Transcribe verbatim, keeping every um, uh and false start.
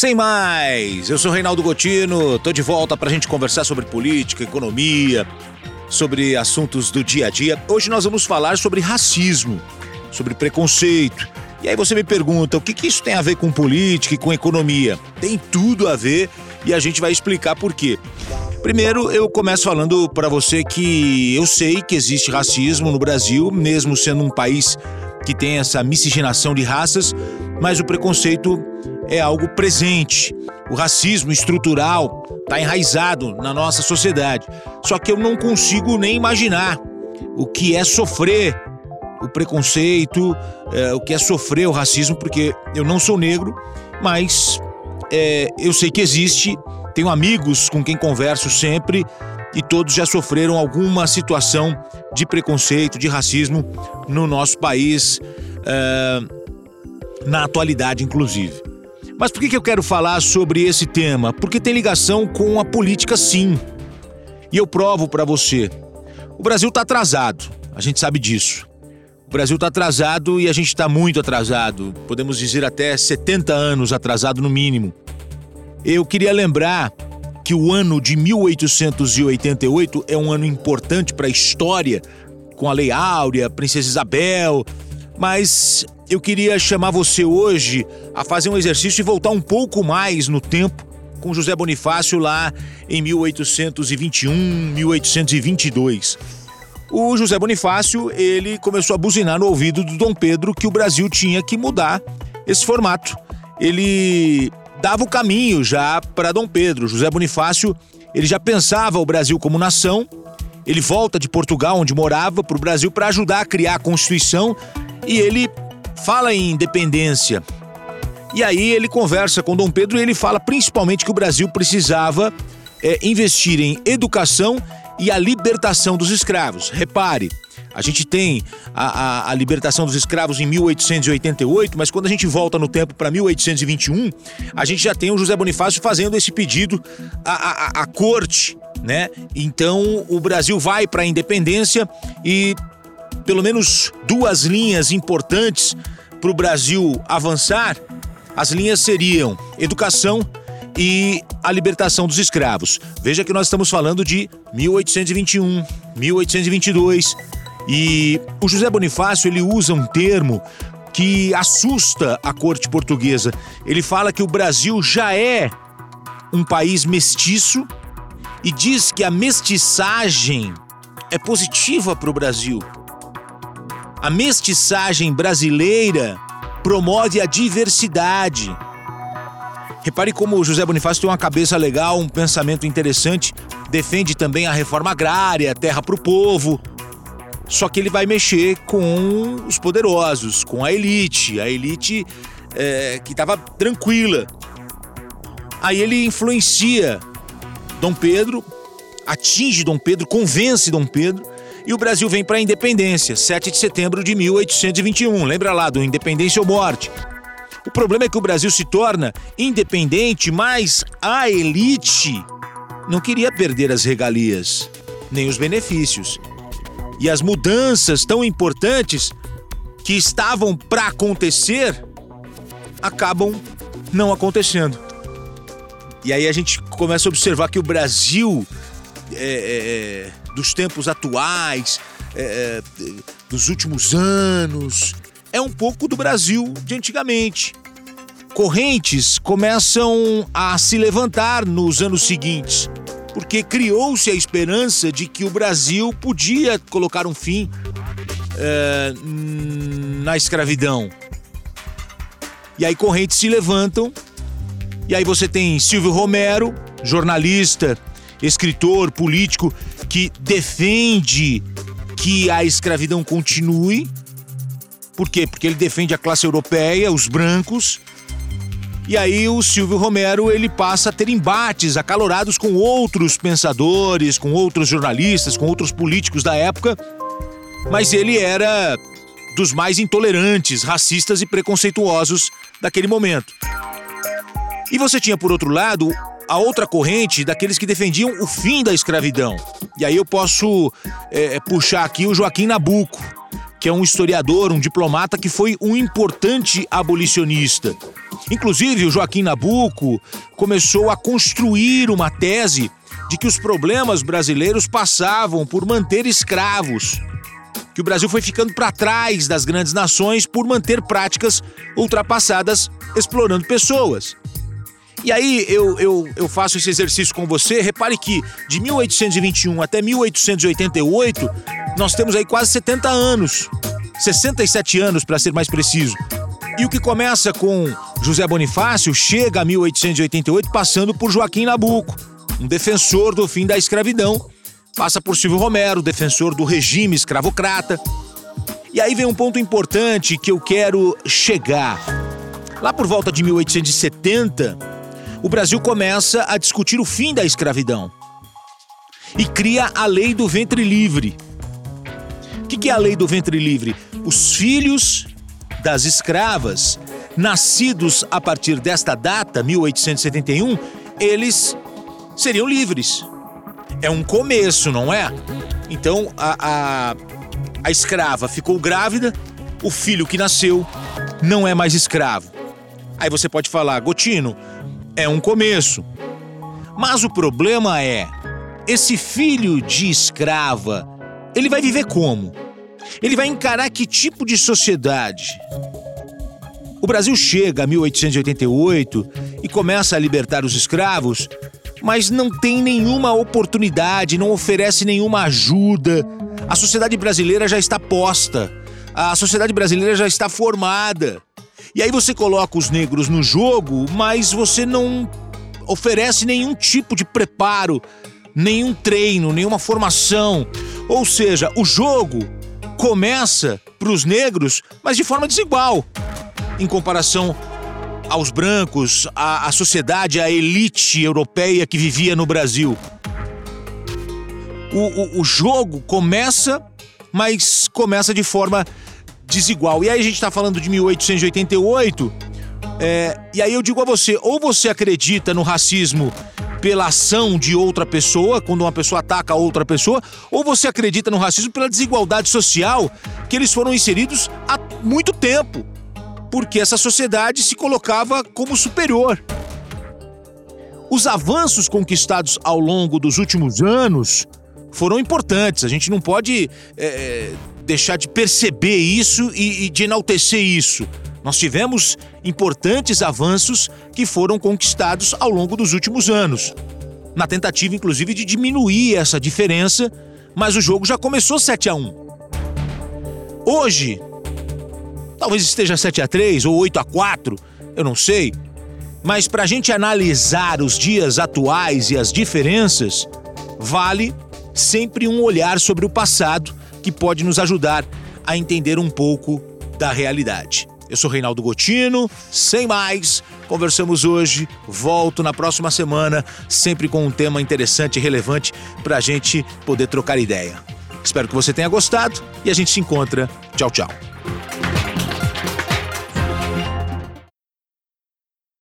Sem mais, eu sou Reinaldo Gotino, tô de volta pra gente conversar sobre política, economia, sobre assuntos do dia a dia. Hoje nós vamos falar sobre racismo, sobre preconceito. E aí você me pergunta, o que que isso tem a ver com política e com economia? Tem tudo a ver e a gente vai explicar por quê. Primeiro, eu começo falando pra você que eu sei que existe racismo no Brasil, mesmo sendo um país que tem essa miscigenação de raças, mas o preconceito é algo presente. O racismo estrutural está enraizado na nossa sociedade. Só que eu não consigo nem imaginar o que é sofrer o preconceito, é, o que é sofrer o racismo, porque eu não sou negro, mas é, eu sei que existe, tenho amigos com quem converso sempre e todos já sofreram alguma situação de preconceito, de racismo no nosso país, é, na atualidade inclusive. Mas por que que eu quero falar sobre esse tema? Porque tem ligação com a política, sim. E eu provo para você. O Brasil está atrasado, a gente sabe disso. O Brasil está atrasado e a gente está muito atrasado. Podemos dizer até setenta anos atrasado no mínimo. Eu queria lembrar que o ano de mil oitocentos e oitenta e oito é um ano importante para a história, com a Lei Áurea, Princesa Isabel, mas eu queria chamar você hoje a fazer um exercício e voltar um pouco mais no tempo com José Bonifácio lá em mil oitocentos e vinte e um, mil oitocentos e vinte e dois. O José Bonifácio, ele começou a buzinar no ouvido do Dom Pedro que o Brasil tinha que mudar esse formato. Ele dava o caminho já para Dom Pedro. José Bonifácio, ele já pensava o Brasil como nação. Ele volta de Portugal, onde morava, para o Brasil para ajudar a criar a Constituição e ele fala em independência. E aí ele conversa com Dom Pedro e ele fala principalmente que o Brasil precisava é, investir em educação e a libertação dos escravos. Repare, a gente tem a, a, a libertação dos escravos em mil oitocentos e oitenta e oito, mas quando a gente volta no tempo para mil oitocentos e vinte e um, a gente já tem o José Bonifácio fazendo esse pedido à, à, à corte, né? Então o Brasil vai para a independência e pelo menos duas linhas importantes para o Brasil avançar, as linhas seriam educação e a libertação dos escravos. Veja que nós estamos falando de mil oitocentos e vinte e um, mil oitocentos e vinte e dois, e o José Bonifácio ele usa um termo que assusta a corte portuguesa. Ele fala que o Brasil já é um país mestiço e diz que a mestiçagem é positiva para o Brasil. A mestiçagem brasileira promove a diversidade. Repare como o José Bonifácio tem uma cabeça legal, um pensamento interessante, defende também a reforma agrária, terra para o povo. Só que ele vai mexer com os poderosos, com a elite, a elite é, que estava tranquila. Aí ele influencia Dom Pedro, atinge Dom Pedro, convence Dom Pedro, e o Brasil vem para a independência, sete de setembro de mil oitocentos e vinte e um. Lembra lá do Independência ou Morte? O problema é que o Brasil se torna independente, mas a elite não queria perder as regalias, nem os benefícios. E as mudanças tão importantes que estavam para acontecer, acabam não acontecendo. E aí a gente começa a observar que o Brasil é, é, dos tempos atuais, é, dos últimos anos, é um pouco do Brasil de antigamente. Correntes começam a se levantar nos anos seguintes, porque criou-se a esperança de que o Brasil podia colocar um fim é, na escravidão. E aí correntes se levantam, e aí você tem Silvio Romero, jornalista, escritor, político, que defende que a escravidão continue. Por quê? Porque ele defende a classe europeia, os brancos. E aí o Silvio Romero, ele passa a ter embates acalorados com outros pensadores, com outros jornalistas, com outros políticos da época. Mas ele era dos mais intolerantes, racistas e preconceituosos daquele momento. E você tinha, por outro lado, a outra corrente daqueles que defendiam o fim da escravidão. E aí eu posso é, puxar aqui o Joaquim Nabuco, que é um historiador, um diplomata que foi um importante abolicionista. Inclusive, o Joaquim Nabuco começou a construir uma tese de que os problemas brasileiros passavam por manter escravos, que o Brasil foi ficando para trás das grandes nações por manter práticas ultrapassadas explorando pessoas. E aí eu, eu, eu faço esse exercício com você. Repare que de mil oitocentos e vinte e um até mil oitocentos e oitenta e oito, nós temos aí quase setenta anos, sessenta e sete anos para ser mais preciso. E o que começa com José Bonifácio chega a mil oitocentos e oitenta e oito passando por Joaquim Nabuco, um defensor do fim da escravidão, passa por Silvio Romero, defensor do regime escravocrata. E aí vem um ponto importante que eu quero chegar. Lá por volta de mil oitocentos e setenta, o Brasil começa a discutir o fim da escravidão e cria a Lei do Ventre Livre. O que é a Lei do Ventre Livre? Os filhos das escravas, nascidos a partir desta data, mil oitocentos e setenta e um, eles seriam livres. É um começo, não é? Então, a, a, a escrava ficou grávida, o filho que nasceu não é mais escravo. Aí você pode falar, Gotino, é um começo. Mas o problema é, esse filho de escrava, ele vai viver como? Ele vai encarar que tipo de sociedade? O Brasil chega a mil oitocentos e oitenta e oito e começa a libertar os escravos, mas não tem nenhuma oportunidade, não oferece nenhuma ajuda. A sociedade brasileira já está posta, a sociedade brasileira já está formada. E aí você coloca os negros no jogo, mas você não oferece nenhum tipo de preparo, nenhum treino, nenhuma formação. Ou seja, o jogo começa para os negros, mas de forma desigual, em comparação aos brancos, à, à sociedade, à elite europeia que vivia no Brasil. O, o, o jogo começa, mas começa de forma desigual. E aí a gente está falando de mil oitocentos e oitenta e oito, é, e aí eu digo a você, ou você acredita no racismo pela ação de outra pessoa, quando uma pessoa ataca outra pessoa, ou você acredita no racismo pela desigualdade social que eles foram inseridos há muito tempo, porque essa sociedade se colocava como superior. Os avanços conquistados ao longo dos últimos anos foram importantes, a gente não pode é, deixar de perceber isso e, e de enaltecer isso. Nós tivemos importantes avanços que foram conquistados ao longo dos últimos anos, na tentativa, inclusive, de diminuir essa diferença, mas o jogo já começou sete a um. Hoje, talvez esteja sete a três ou oito a quatro, eu não sei, mas para a gente analisar os dias atuais e as diferenças, vale sempre um olhar sobre o passado que pode nos ajudar a entender um pouco da realidade. Eu sou Reinaldo Gotino, sem mais, conversamos hoje, volto na próxima semana, sempre com um tema interessante e relevante para a gente poder trocar ideia. Espero que você tenha gostado e a gente se encontra. Tchau, tchau.